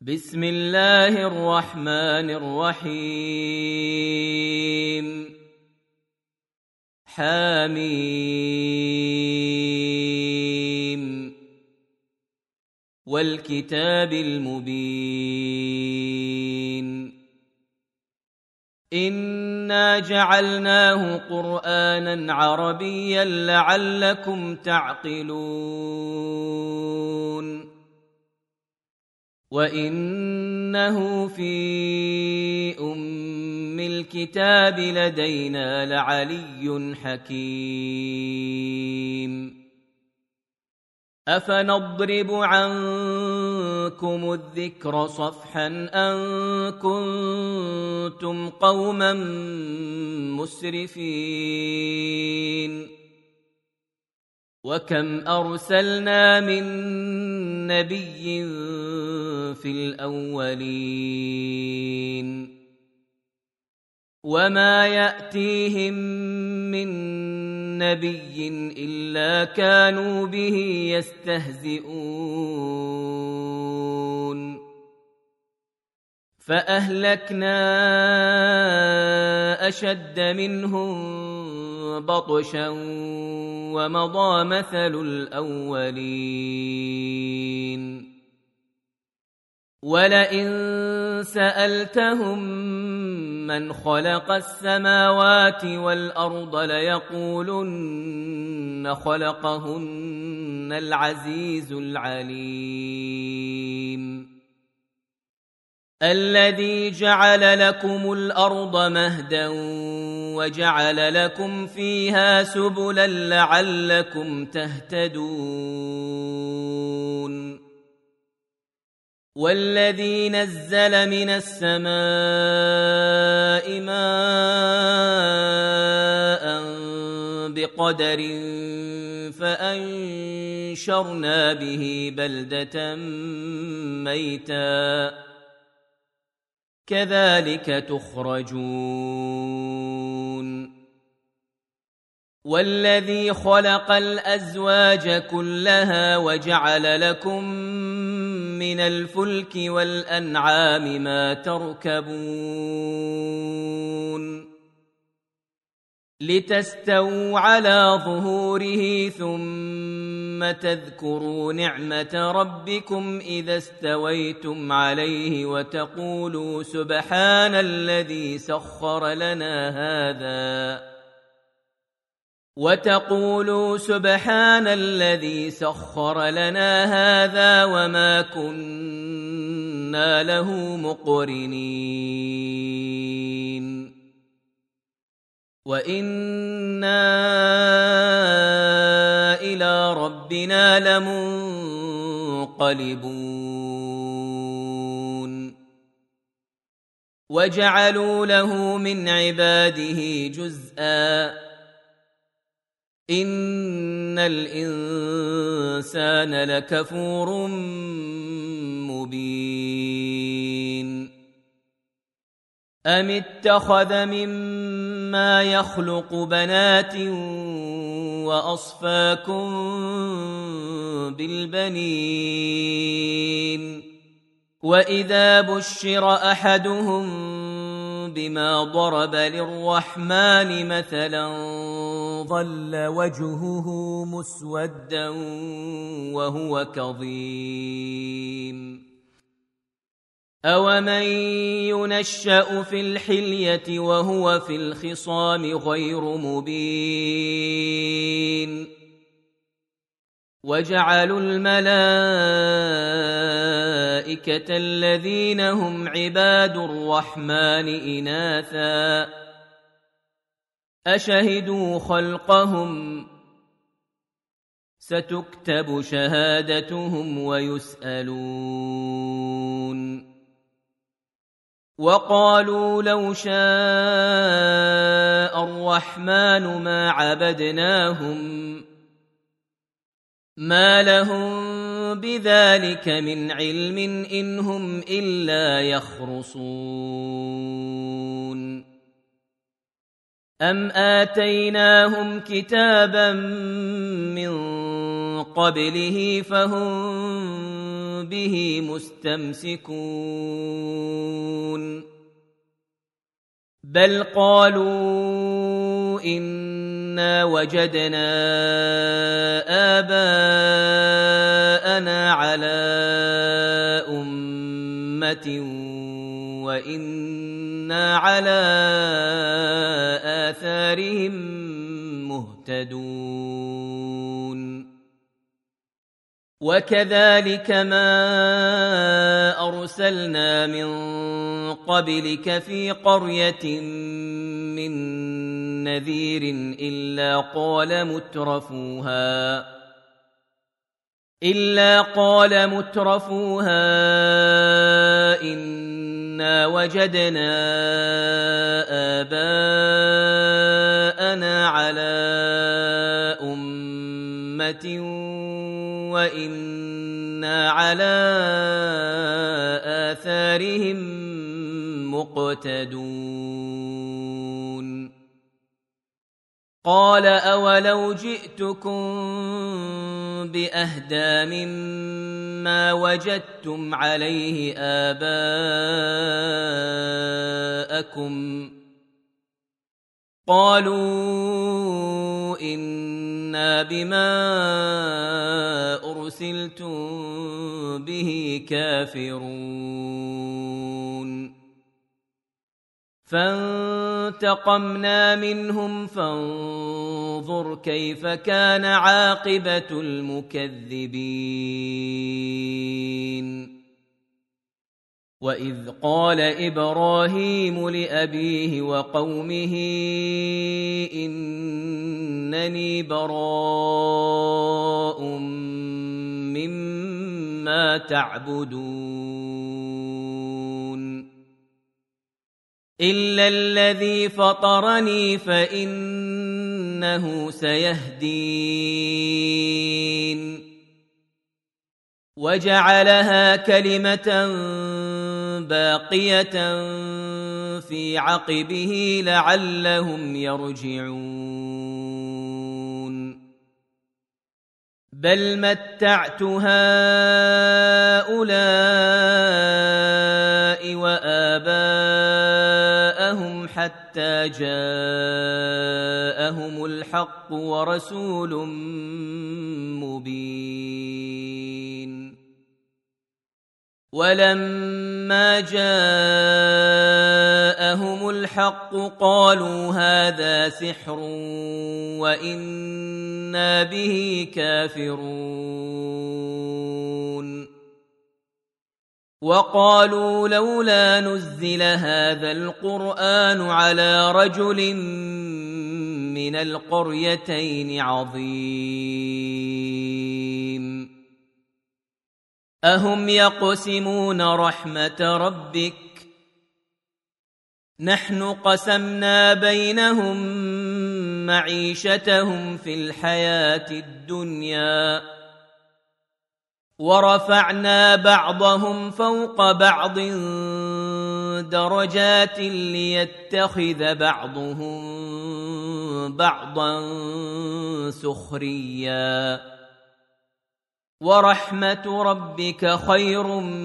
بسم الله الرحمن الرحيم حميم والكتاب المبين إنا جعلناه قرآنا عربيا لعلكم تعقلون وإنه في أم الكتاب لدينا لعلي حكيم أفنضرب عنكم الذكر صفحا أن كنتم قوما مسرفين وكم أرسلنا من نبي في الأولين وما يأتيهم من نبي إلا كانوا به يستهزئون فأهلكنا أشد منهم بطشا ومضى مثل الأولين ولئن سألتهم من خلق السماوات والأرض ليقولن خلقهن العزيز العليم الذي جعل لكم الأرض مهدا وجعل لكم فيها سبلا لعلكم تهتدون والذي نزل من السماء ماء بقدر فأنشرنا به بلدة ميتا كذلك تخرجون والذي خلق الأزواج كلها وجعل لكم من الفلك والأنعام ما تركبون لتستووا على ظهوره ثم تذكروا نعمة ربكم إذا استويتم عليه وتقولوا سبحان الذي سخر لنا هذا وما كنا له مقرنين وإنا إلى ربنا لمنقلبون وجعلوا له من عباده جزءا إن الإنسان لكفور مبين أم اتخذ مما يخلق بنات وأصفاكم بالبنين وإذا بشر أحدهم بما ضرب للرحمن مثلا ظل وجهه مسودا وهو كظيم أومن ينشأ في الحلية وهو في الخصام غير مبين وجعلوا الملائكة الذين هم عباد الرحمن إناثا أشهدوا خلقهم ستكتب شهادتهم ويسألون وقالوا لو شاء الرحمن ما عبدناهم ما لهم بذلك من علم إن هم إلا يخرصون أم آتيناهم كتابا من قبله فهم به مستمسكون بل قالوا إنا وجدنا آباءنا على أمة وإنا على آثارهم مهتدون وكذلك ما أرسلنا من قبلك في قرية من نذير إلا قال مترفوها إنا وجدنا آباءنا على أمة وإنا على آثارهم مقتدون قال أولو جئتكم بأهدى مما وجدتم عليه آباءكم قالوا إنا بما أرسلتم به كافرون فانتقمنا منهم فانظر كيف كان عاقبة المكذبين وإذ قال إبراهيم لأبيه وقومه إنني براء مما تعبدون إلا الذي فطرني فإنه سيهدين وجعلها كلمة باقية في عقبه لعلهم يرجعون بل متعت هؤلاء وآباءهم حتى جاءهم الحق ورسول مبين ولما جاءهم الحق قالوا هذا سحر وإنا به كافرون وقالوا لولا نزل هذا القرآن على رجل من القريتين عظيم أهم يقسمون رحمة ربك نحن قسمنا بينهم معيشتهم في الحياة الدنيا ورفعنا بعضهم فوق بعض درجات ليتخذ بعضهم بعضا سخريا ورحمة ربك خير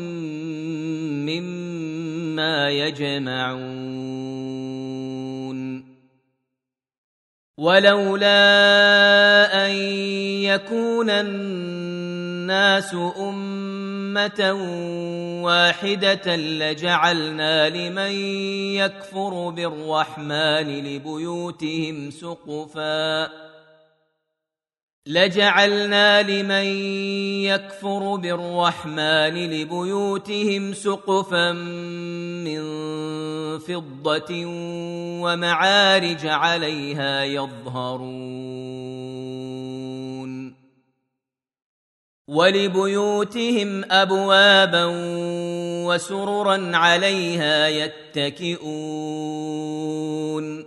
مما يجمعون ولولا أن يكون الناس أمة واحدة لجعلنا لمن يكفر بالرحمن لبيوتهم سقفا من فضة ومعارج عليها يظهرون ولبيوتهم أبوابا وسررا عليها يتكئون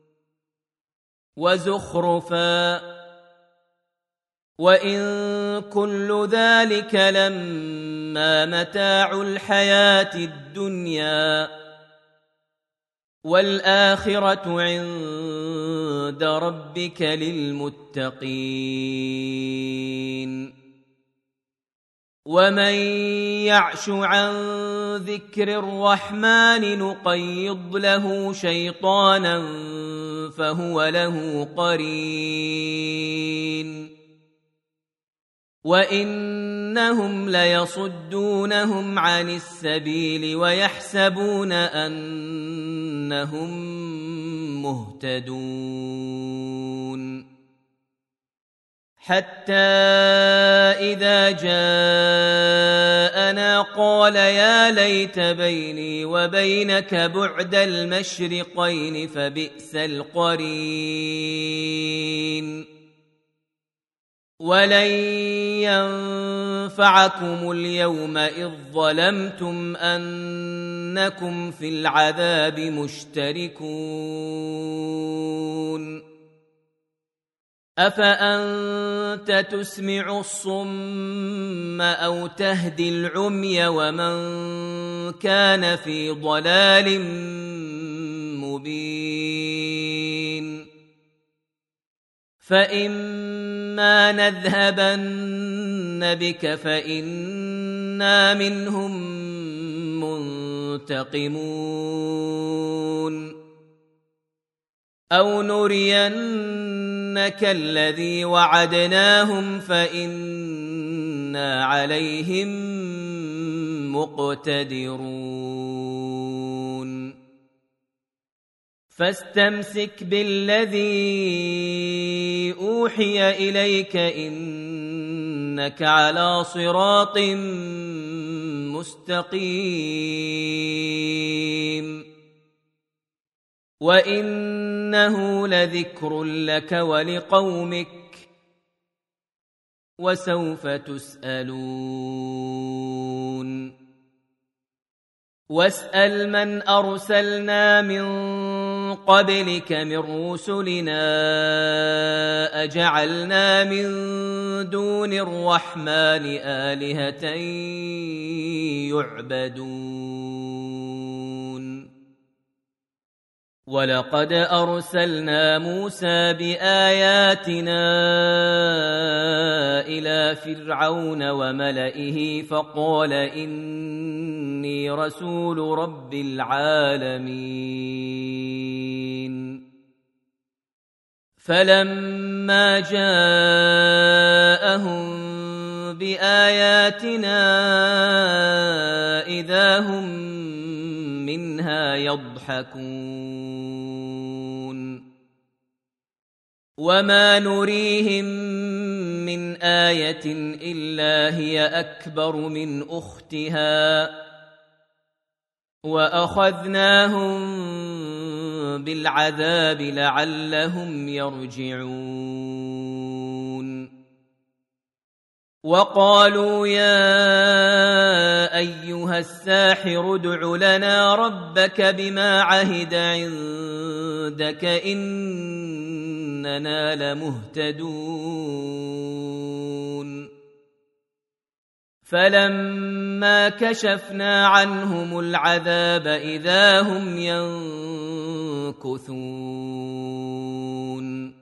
وزخرفا وإن كل ذلك لما متاع الحياة الدنيا والآخرة عند ربك للمتقين ومن يعش عن ذكر الرحمن نقيض له شيطانا فهو له قرين وإنهم ليصدونهم عن السبيل ويحسبون أنهم مهتدون حتى إذا جاءنا قال يا ليت بيني وبينك بعد المشرقين فبئس القرين ولن ينفعكم اليوم إذ ظلمتم أنكم في العذاب مشتركون أفأنت تسمع الصم أو تهدي العمي ومن كان في ضلال مبين فإما نذهبن بك فإنا منهم منتقمون أو نرينك الذي وعدناهم فإنا عليهم مقتدرون فاستمسك بالذي أوحي إليك إنك على صراط مستقيم وإنه لذكر لك ولقومك وسوف تسألون واسأل من أرسلنا من قبلك من رسلنا أجعلنا من دون الرحمن آلهة يعبدون ولقد أرسلنا موسى بآياتنا إلى فرعون وملئه فقال إني رسول رب العالمين فلما جاءهم بآياتنا إذا هم منها يضحكون وما نريهم من آية إلا هي أكبر من أختها وأخذناهم بالعذاب لعلهم يرجعون وقالوا يا أيها الساحر ادع لنا ربك بما عهد عندك إننا لمهتدون فلما كشفنا عنهم العذاب إذا هم ينكثون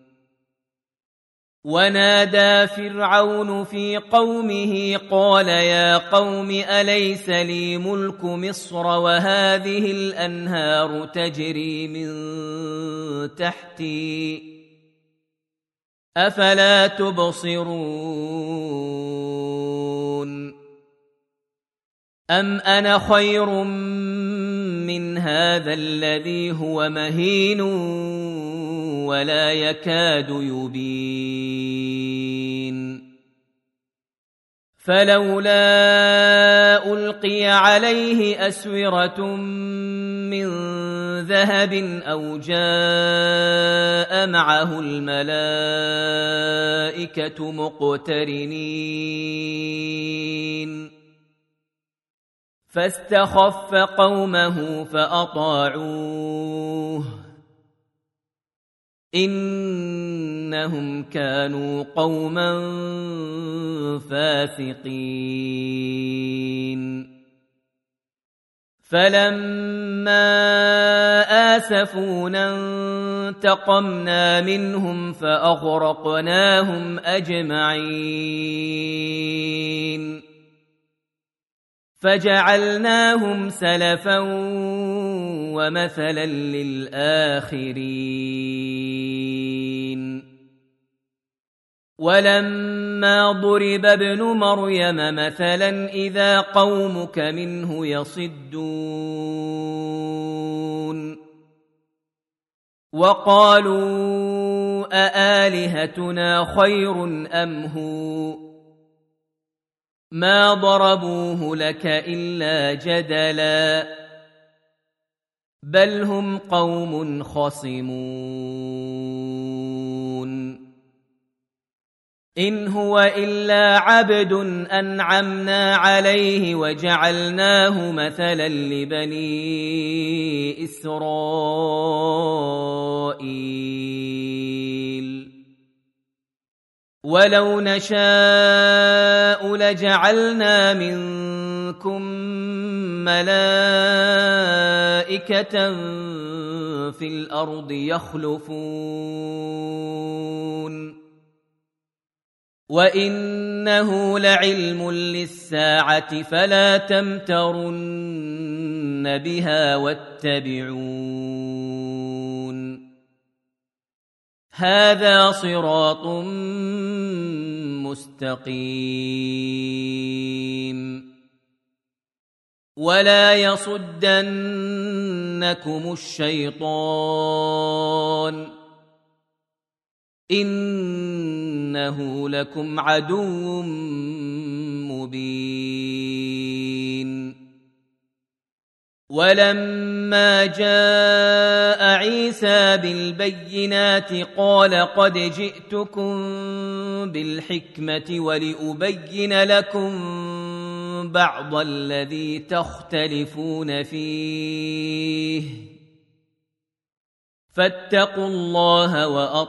ونادى فرعون في قومه قال يا قوم أليس لي ملك مصر وهذه الأنهار تجري من تحتي أفلا تبصرون أم أنا خير من هذا الذي هو مهين ولا يكاد يبين فلولا ألقي عليه أسورة من ذهب أو جاء معه الملائكة مقترنين فاستخف قومه فأطاعوه إنهم كانوا قوما فاسقين فلما آسفونا انتقمنا منهم فأغرقناهم أجمعين فجعلناهم سلفا ومثلا للآخرين ولما ضرب ابن مريم مثلا إذا قومك منه يصدون وقالوا أآلهتنا خير أم هو ما ضربوه لك إلا جدلا بل هم قوم خصمون إن هو إلا عبد أنعمنا عليه وجعلناه مثلا لبني إسرائيل ولو نشاء لجعلنا منكم ملائكة في الأرض يخلفون وإنه لعلم للساعة فلا تمترن بها واتبعون هذا صراط مستقيم ولا يصدنكم الشيطان إنه لكم عدو مبين ولما جاء عيسى بالبينات قال قد جئتكم بالحكمة ولأبين لكم بعض الذي تختلفون فيه فاتقوا الله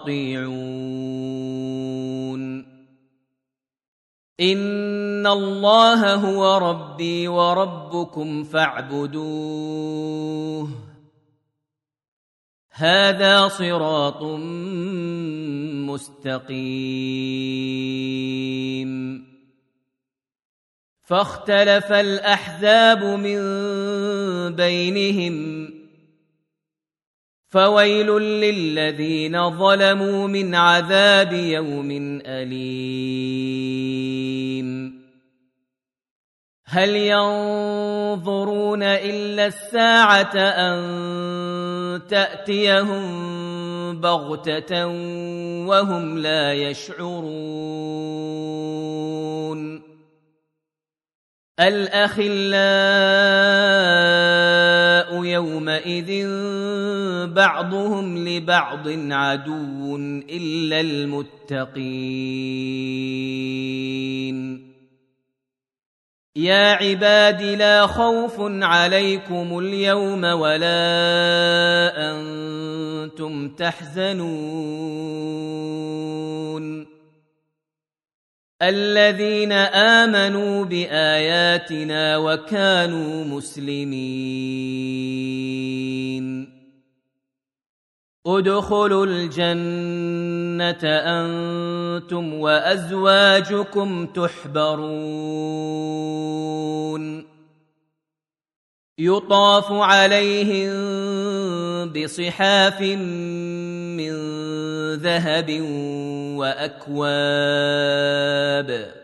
وأطيعون إن الله هو ربي وربكم فاعبدوه هذا صراط مستقيم فاختلف الأحزاب من بينهم فويل للذين ظلموا من عذاب يوم أليم هل ينظرون إلا الساعة أن تأتيهم بغتة وهم لا يشعرون الأخلاء يومئذ بعضهم لبعض عدو إلا المتقين يا عباد لا خوف عليكم اليوم ولا أنتم تحزنون الذين آمنوا بآياتنا وكانوا مسلمين ادخلوا الجنة أنتم وأزواجكم تحبرون يطاف عليهم بصحاف من ذهب وأكواب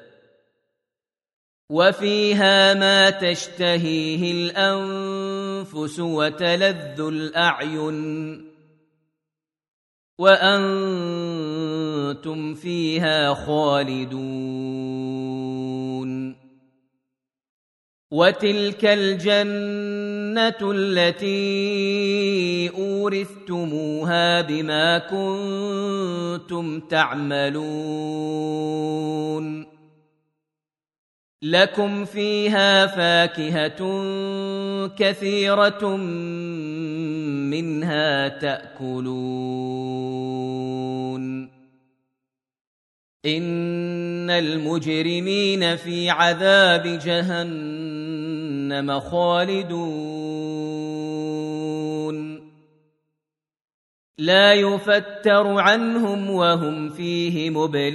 وفيها ما تشتهيه الأنفس وتلذ الأعين وأنتم فيها خالدون وتلك الجنة التي أورثتموها بما كنتم تعملون لكم فيها فاكهة كثيرة منها تأكلون إن المجرمين في عذاب جهنم خالدون لا يفتر عنهم وهم فيه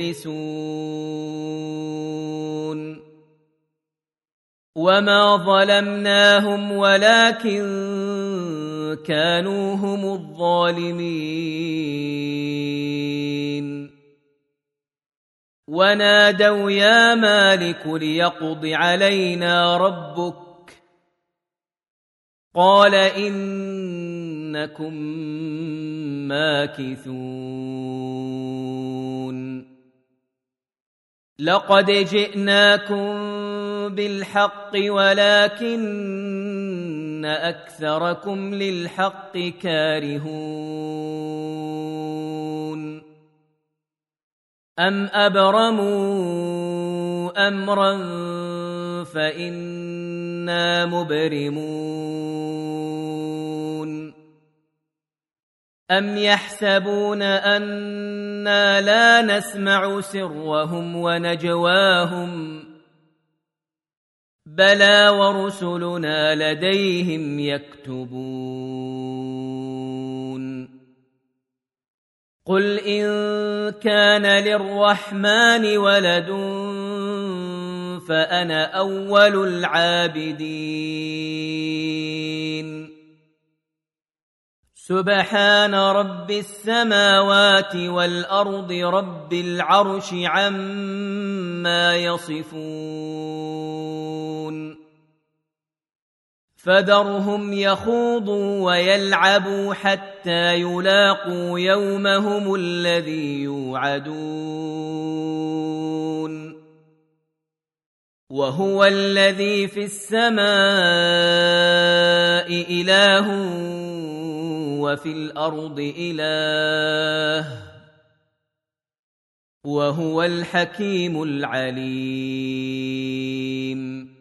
مبلسون وما ظلمناهم ولكن كانوا هم الظالمين ونادوا يا مالك ليقض علينا ربك قال إنكم ماكثون لقد جئناكم بالحق ولكن أكثركم للحق كارهون أم أبرموا أمرا فإنا مبرمون أم يحسبون أنا لا نسمع سرهم ونجواهم بلى ورسلنا لديهم يكتبون قل إن كان للرحمن ولد فأنا أول العابدين سبحان رب السماوات والأرض رب العرش عما يصفون فذرهم يخوضوا ويلعبوا حتى يلاقوا يومهم الذي يوعدون وهو الذي في السماء إله وفي الأرض إله وهو الحكيم العليم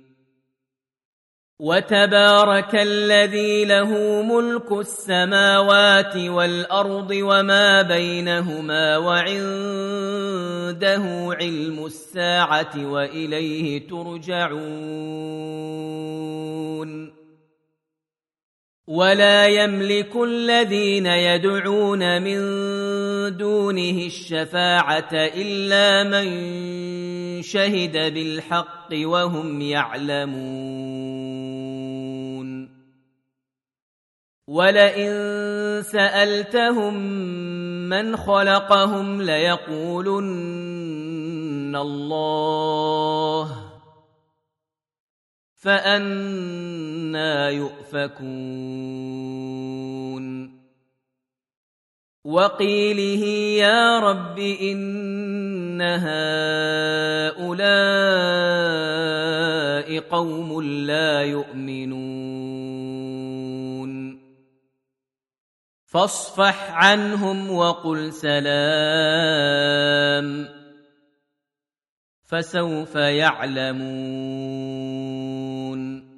وتبارك الذي له ملك السماوات والأرض وما بينهما وعنده علم الساعة وإليه ترجعون ولا يملك الذين يدعون من دونه الشفاعة إلا من شهد بالحق وهم يعلمون ولئن سألتهم من خلقهم ليقولن الله فأنى يؤفكون وقيله يا رب إن هؤلاء قوم لا يؤمنون فاصفح عنهم وقل سلام فسوف يعلمون